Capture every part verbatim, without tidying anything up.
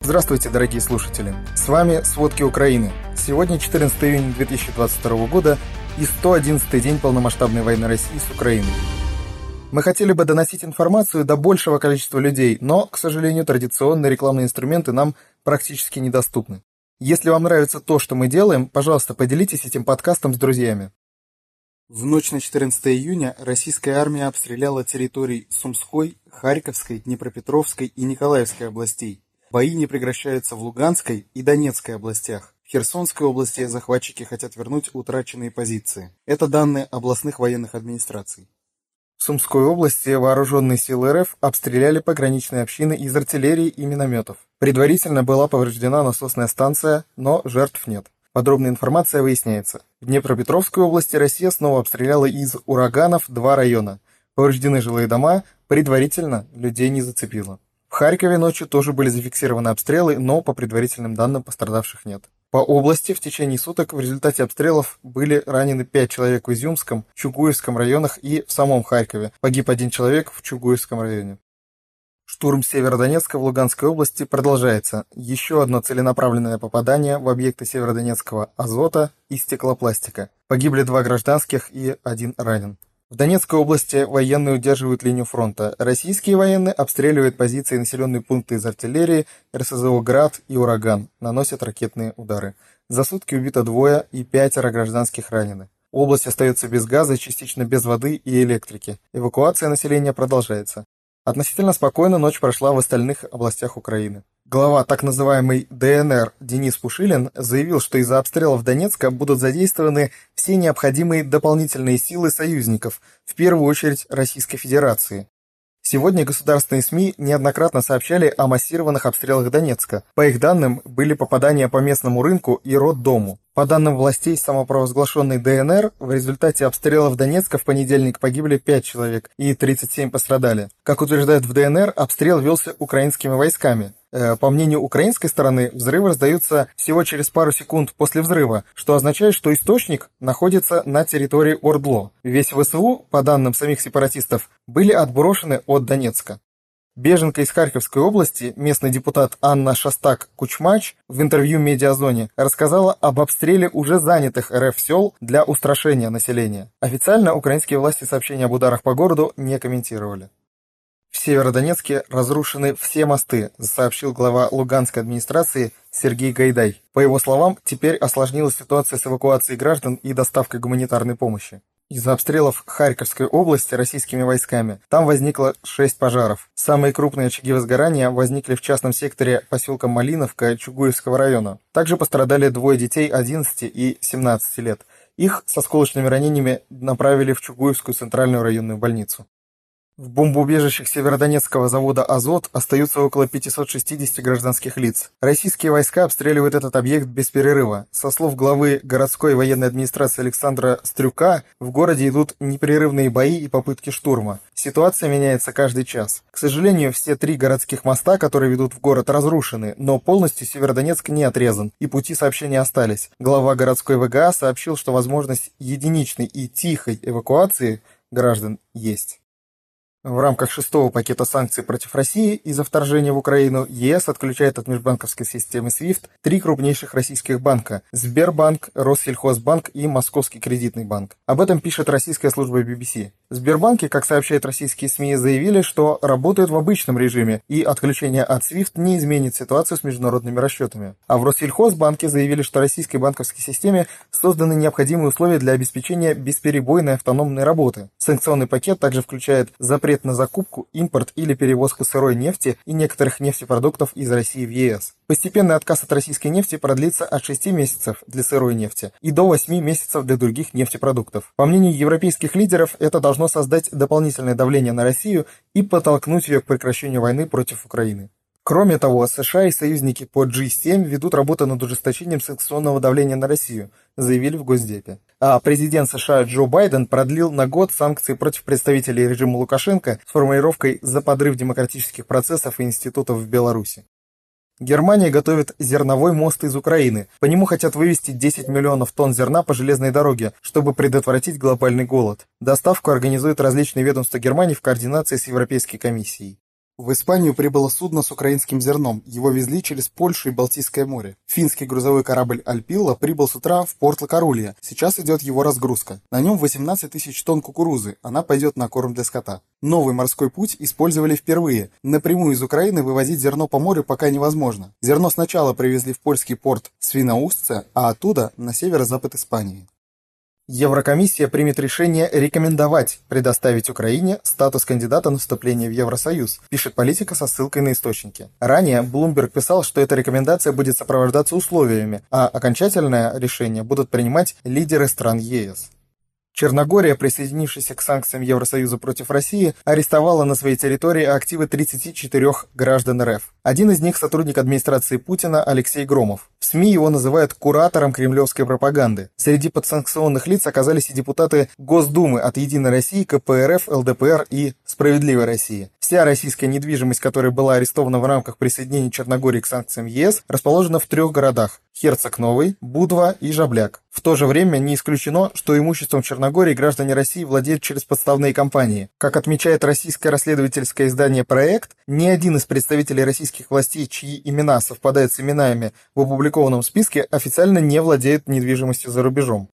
Здравствуйте, дорогие слушатели! С вами «Сводки Украины». Сегодня четырнадцатое июня две тысячи двадцать второго года и сто одиннадцатый день полномасштабной войны России с Украиной. Мы хотели бы доносить информацию до большего количества людей, но, к сожалению, традиционные рекламные инструменты нам практически недоступны. Если вам нравится то, что мы делаем, пожалуйста, поделитесь этим подкастом с друзьями. В ночь на четырнадцатое июня российская армия обстреляла территории Сумской, Харьковской, Днепропетровской и Николаевской областей. Бои не прекращаются в Луганской и Донецкой областях. В Херсонской области захватчики хотят вернуть утраченные позиции. Это данные областных военных администраций. В Сумской области вооруженные силы РФ обстреляли пограничные общины из артиллерии и минометов. Предварительно была повреждена насосная станция, но жертв нет. Подробная информация выясняется. В Днепропетровской области Россия снова обстреляла из ураганов два района. Повреждены жилые дома, предварительно людей не зацепило. В Харькове ночью тоже были зафиксированы обстрелы, но по предварительным данным пострадавших нет. По области в течение суток в результате обстрелов были ранены пять человек в Изюмском, Чугуевском районах и в самом Харькове. Погиб один человек в Чугуевском районе. Штурм Северодонецка в Луганской области продолжается. Еще одно целенаправленное попадание в объекты Северодонецкого азота и стеклопластика. Погибли два гражданских и один ранен. В Донецкой области военные удерживают линию фронта. Российские военные обстреливают позиции и населенные пункты из артиллерии, РСЗО «Град» и «Ураган», наносят ракетные удары. За сутки убито двое и пятеро гражданских ранены. Область остается без газа и частично без воды и электрики. Эвакуация населения продолжается. Относительно спокойно ночь прошла в остальных областях Украины. Глава так называемой ДНР Денис Пушилин заявил, что из-за обстрелов Донецка будут задействованы все необходимые дополнительные силы союзников, в первую очередь Российской Федерации. Сегодня государственные СМИ неоднократно сообщали о массированных обстрелах Донецка. По их данным, были попадания по местному рынку и роддому. По данным властей самопровозглашенной ДНР, в результате обстрелов Донецка в понедельник погибли пять человек и тридцать семь пострадали. Как утверждают в ДНР, обстрел велся украинскими войсками. По мнению украинской стороны, взрывы раздаются всего через пару секунд после взрыва, что означает, что источник находится на территории ОРДЛО. Весь ВСУ, по данным самих сепаратистов, были отброшены от Донецка. Беженка из Харьковской области, местный депутат Анна Шастак-Кучмач, в интервью «Медиазоне» рассказала об обстреле уже занятых РФ сел для устрашения населения. Официально украинские власти сообщения об ударах по городу не комментировали. В Северодонецке разрушены все мосты, сообщил глава Луганской администрации Сергей Гайдай. По его словам, теперь осложнилась ситуация с эвакуацией граждан и доставкой гуманитарной помощи. Из-за обстрелов Харьковской области российскими войсками там возникло шесть пожаров. Самые крупные очаги возгорания возникли в частном секторе поселка Малиновка Чугуевского района. Также пострадали двое детей одиннадцати и семнадцати лет. Их с осколочными ранениями направили в Чугуевскую центральную районную больницу. В бомбоубежищах Северодонецкого завода «Азот» остаются около пятисот шестидесяти гражданских лиц. Российские войска обстреливают этот объект без перерыва. Со слов главы городской военной администрации Александра Стрюка, в городе идут непрерывные бои и попытки штурма. Ситуация меняется каждый час. К сожалению, все три городских моста, которые ведут в город, разрушены, но полностью Северодонецк не отрезан, и пути сообщения остались. Глава городской ВГА сообщил, что возможность единичной и тихой эвакуации граждан есть. В рамках шестого пакета санкций против России из-за вторжения в Украину ЕС отключает от межбанковской системы свифт три крупнейших российских банка – Сбербанк, Россельхозбанк и Московский кредитный банк. Об этом пишет российская служба би би си. Сбербанки, как сообщают российские СМИ, заявили, что работают в обычном режиме и отключение от свифт не изменит ситуацию с международными расчетами. А в Россельхозбанке заявили, что российской банковской системе созданы необходимые условия для обеспечения бесперебойной автономной работы. Санкционный пакет также включает запрет на закупку, импорт или перевозку сырой нефти и некоторых нефтепродуктов из России в ЕС. Постепенный отказ от российской нефти продлится от шести месяцев для сырой нефти и до восьми месяцев для других нефтепродуктов. По мнению европейских лидеров, это должно создать дополнительное давление на Россию и подтолкнуть ее к прекращению войны против Украины. Кроме того, США и союзники по джи семь ведут работу над ужесточением санкционного давления на Россию, заявили в Госдепе. А президент США Джо Байден продлил на год санкции против представителей режима Лукашенко с формулировкой «за подрыв демократических процессов и институтов в Беларуси». Германия готовит зерновой мост из Украины. По нему хотят вывести десять миллионов тонн зерна по железной дороге, чтобы предотвратить глобальный голод. Доставку организуют различные ведомства Германии в координации с Европейской комиссией. В Испанию прибыло судно с украинским зерном. Его везли через Польшу и Балтийское море. Финский грузовой корабль «Альпилла» прибыл с утра в порт Ла-Корулья. Сейчас идет его разгрузка. На нем восемнадцать тысяч тонн кукурузы. Она пойдет на корм для скота. Новый морской путь использовали впервые. Напрямую из Украины вывозить зерно по морю пока невозможно. Зерно сначала привезли в польский порт Свиноустце, а оттуда на северо-запад Испании. Еврокомиссия примет решение рекомендовать предоставить Украине статус кандидата на вступление в Евросоюз, пишет Политика со ссылкой на источники. Ранее Bloomberg писал, что эта рекомендация будет сопровождаться условиями, а окончательное решение будут принимать лидеры стран ЕС. Черногория, присоединившаяся к санкциям Евросоюза против России, арестовала на своей территории активы тридцати четырёх граждан РФ. Один из них – сотрудник администрации Путина Алексей Громов. В СМИ его называют куратором кремлевской пропаганды. Среди подсанкционных лиц оказались и депутаты Госдумы от «Единой России», ка пэ эр эф, эл дэ пэ эр и «Справедливой России». Вся российская недвижимость, которая была арестована в рамках присоединения Черногории к санкциям ЕС, расположена в трех городах – Херцог Новый, Будва и Жабляк. В то же время не исключено, что имуществом Черногории граждане России владеют через подставные компании. Как отмечает российское расследовательское издание «Проект», ни один из представителей российских властей, чьи имена совпадают с именами в опубликованном списке, официально не владеет недвижимостью за рубежом.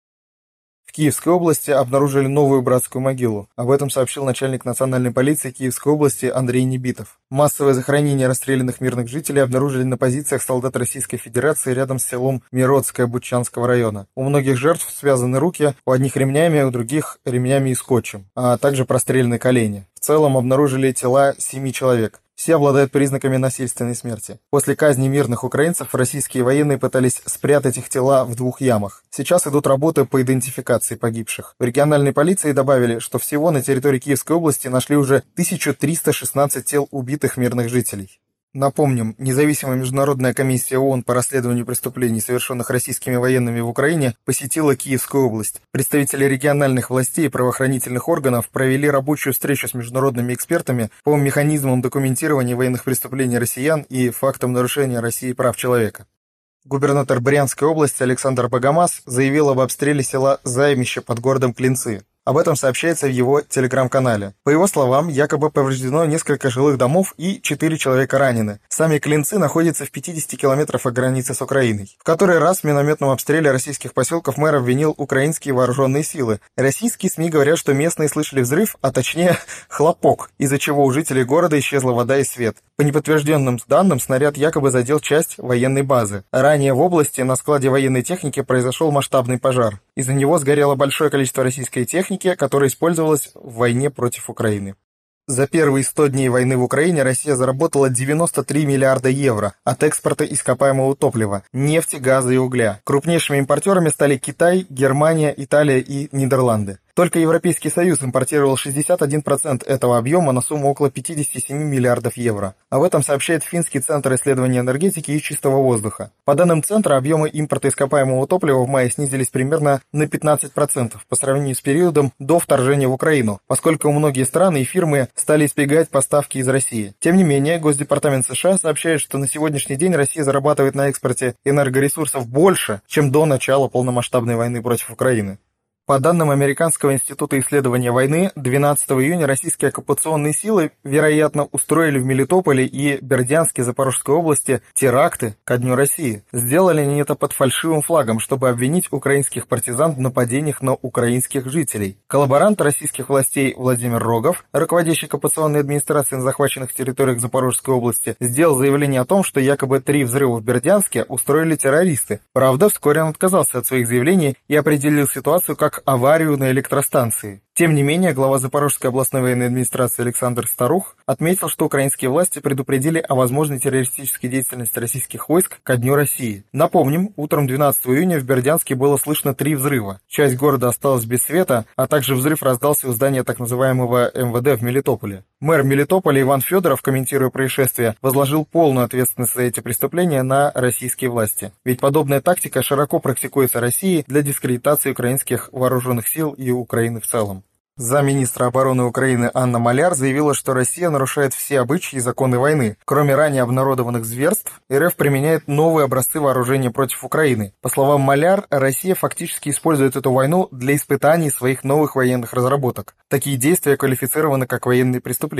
В Киевской области обнаружили новую братскую могилу. Об этом сообщил начальник национальной полиции Киевской области Андрей Небитов. Массовое захоронение расстрелянных мирных жителей обнаружили на позициях солдат Российской Федерации рядом с селом Миродское Бучанского района. У многих жертв связаны руки, у одних ремнями, у других ремнями и скотчем, а также прострелены колени. В целом обнаружили тела семи человек. Все обладают признаками насильственной смерти. После казни мирных украинцев российские военные пытались спрятать их тела в двух ямах. Сейчас идут работы по идентификации погибших. В региональной полиции добавили, что всего на территории Киевской области нашли уже тысячу триста шестнадцать тел убитых мирных жителей. Напомним, независимая международная комиссия ООН по расследованию преступлений, совершенных российскими военными в Украине, посетила Киевскую область. Представители региональных властей и правоохранительных органов провели рабочую встречу с международными экспертами по механизмам документирования военных преступлений россиян и фактам нарушения Россией прав человека. Губернатор Брянской области Александр Богомаз заявил об обстреле села Займище под городом Клинцы. Об этом сообщается в его телеграм-канале. По его словам, якобы повреждено несколько жилых домов и четыре человека ранены. Сами Клинцы находятся в пятидесяти километрах от границы с Украиной. В который раз в минометном обстреле российских поселков мэр обвинил украинские вооруженные силы. Российские СМИ говорят, что местные слышали взрыв, а точнее хлопок, из-за чего у жителей города исчезла вода и свет. По неподтвержденным данным, снаряд якобы задел часть военной базы. Ранее в области на складе военной техники произошел масштабный пожар. Из-за него сгорело большое количество российской техники, которая использовалась в войне против Украины. За первые сто дней войны в Украине Россия заработала девяносто три миллиарда евро от экспорта ископаемого топлива, нефти, газа и угля. Крупнейшими импортерами стали Китай, Германия, Италия и Нидерланды. Только Европейский Союз импортировал шестьдесят один процент этого объема на сумму около пятидесяти семи миллиардов евро. Об этом сообщает Финский центр исследования энергетики и чистого воздуха. По данным центра, объемы импорта ископаемого топлива в мае снизились примерно на пятнадцать процентов по сравнению с периодом до вторжения в Украину, поскольку многие страны и фирмы стали избегать поставки из России. Тем не менее, Госдепартамент США сообщает, что на сегодняшний день Россия зарабатывает на экспорте энергоресурсов больше, чем до начала полномасштабной войны против Украины. По данным Американского института исследования войны, двенадцатого июня российские оккупационные силы, вероятно, устроили в Мелитополе и Бердянске Запорожской области теракты ко Дню России. Сделали они это под фальшивым флагом, чтобы обвинить украинских партизан в нападениях на украинских жителей. Коллаборант российских властей Владимир Рогов, руководящий оккупационной администрацией на захваченных территориях Запорожской области, сделал заявление о том, что якобы три взрыва в Бердянске устроили террористы. Правда, вскоре он отказался от своих заявлений и определил ситуацию как аварию на электростанции. Тем не менее, глава Запорожской областной военной администрации Александр Старух отметил, что украинские власти предупредили о возможной террористической деятельности российских войск ко Дню России. Напомним, утром двенадцатого июня в Бердянске было слышно три взрыва. Часть города осталась без света, а также взрыв раздался у здания так называемого эм вэ дэ в Мелитополе. Мэр Мелитополя Иван Федоров, комментируя происшествие, возложил полную ответственность за эти преступления на российские власти. Ведь подобная тактика широко практикуется Россией для дискредитации украинских вооруженных сил и Украины в целом. Замминистра обороны Украины Анна Маляр заявила, что Россия нарушает все обычаи и законы войны. Кроме ранее обнародованных зверств, эр эф применяет новые образцы вооружения против Украины. По словам Маляр, Россия фактически использует эту войну для испытаний своих новых военных разработок. Такие действия квалифицированы как военные преступления.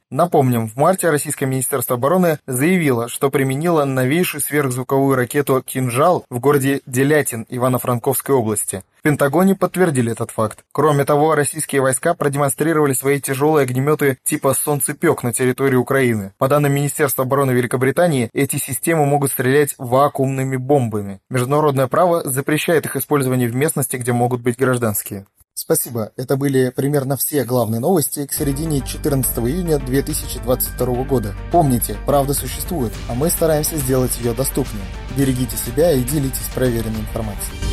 Напомним, в марте российское Министерство обороны заявило, что применило новейшую сверхзвуковую ракету «Кинжал» в городе Делятин Ивано-Франковской области. В Пентагоне подтвердили этот факт. Кроме того, российские войска продемонстрировали свои тяжелые огнеметы типа «Солнцепек» на территории Украины. По данным Министерства обороны Великобритании, эти системы могут стрелять вакуумными бомбами. Международное право запрещает их использование в местности, где могут быть гражданские. Спасибо. Это были примерно все главные новости к середине четырнадцатого июня две тысячи двадцать второго года. Помните, правда существует, а мы стараемся сделать ее доступнее. Берегите себя и делитесь проверенной информацией.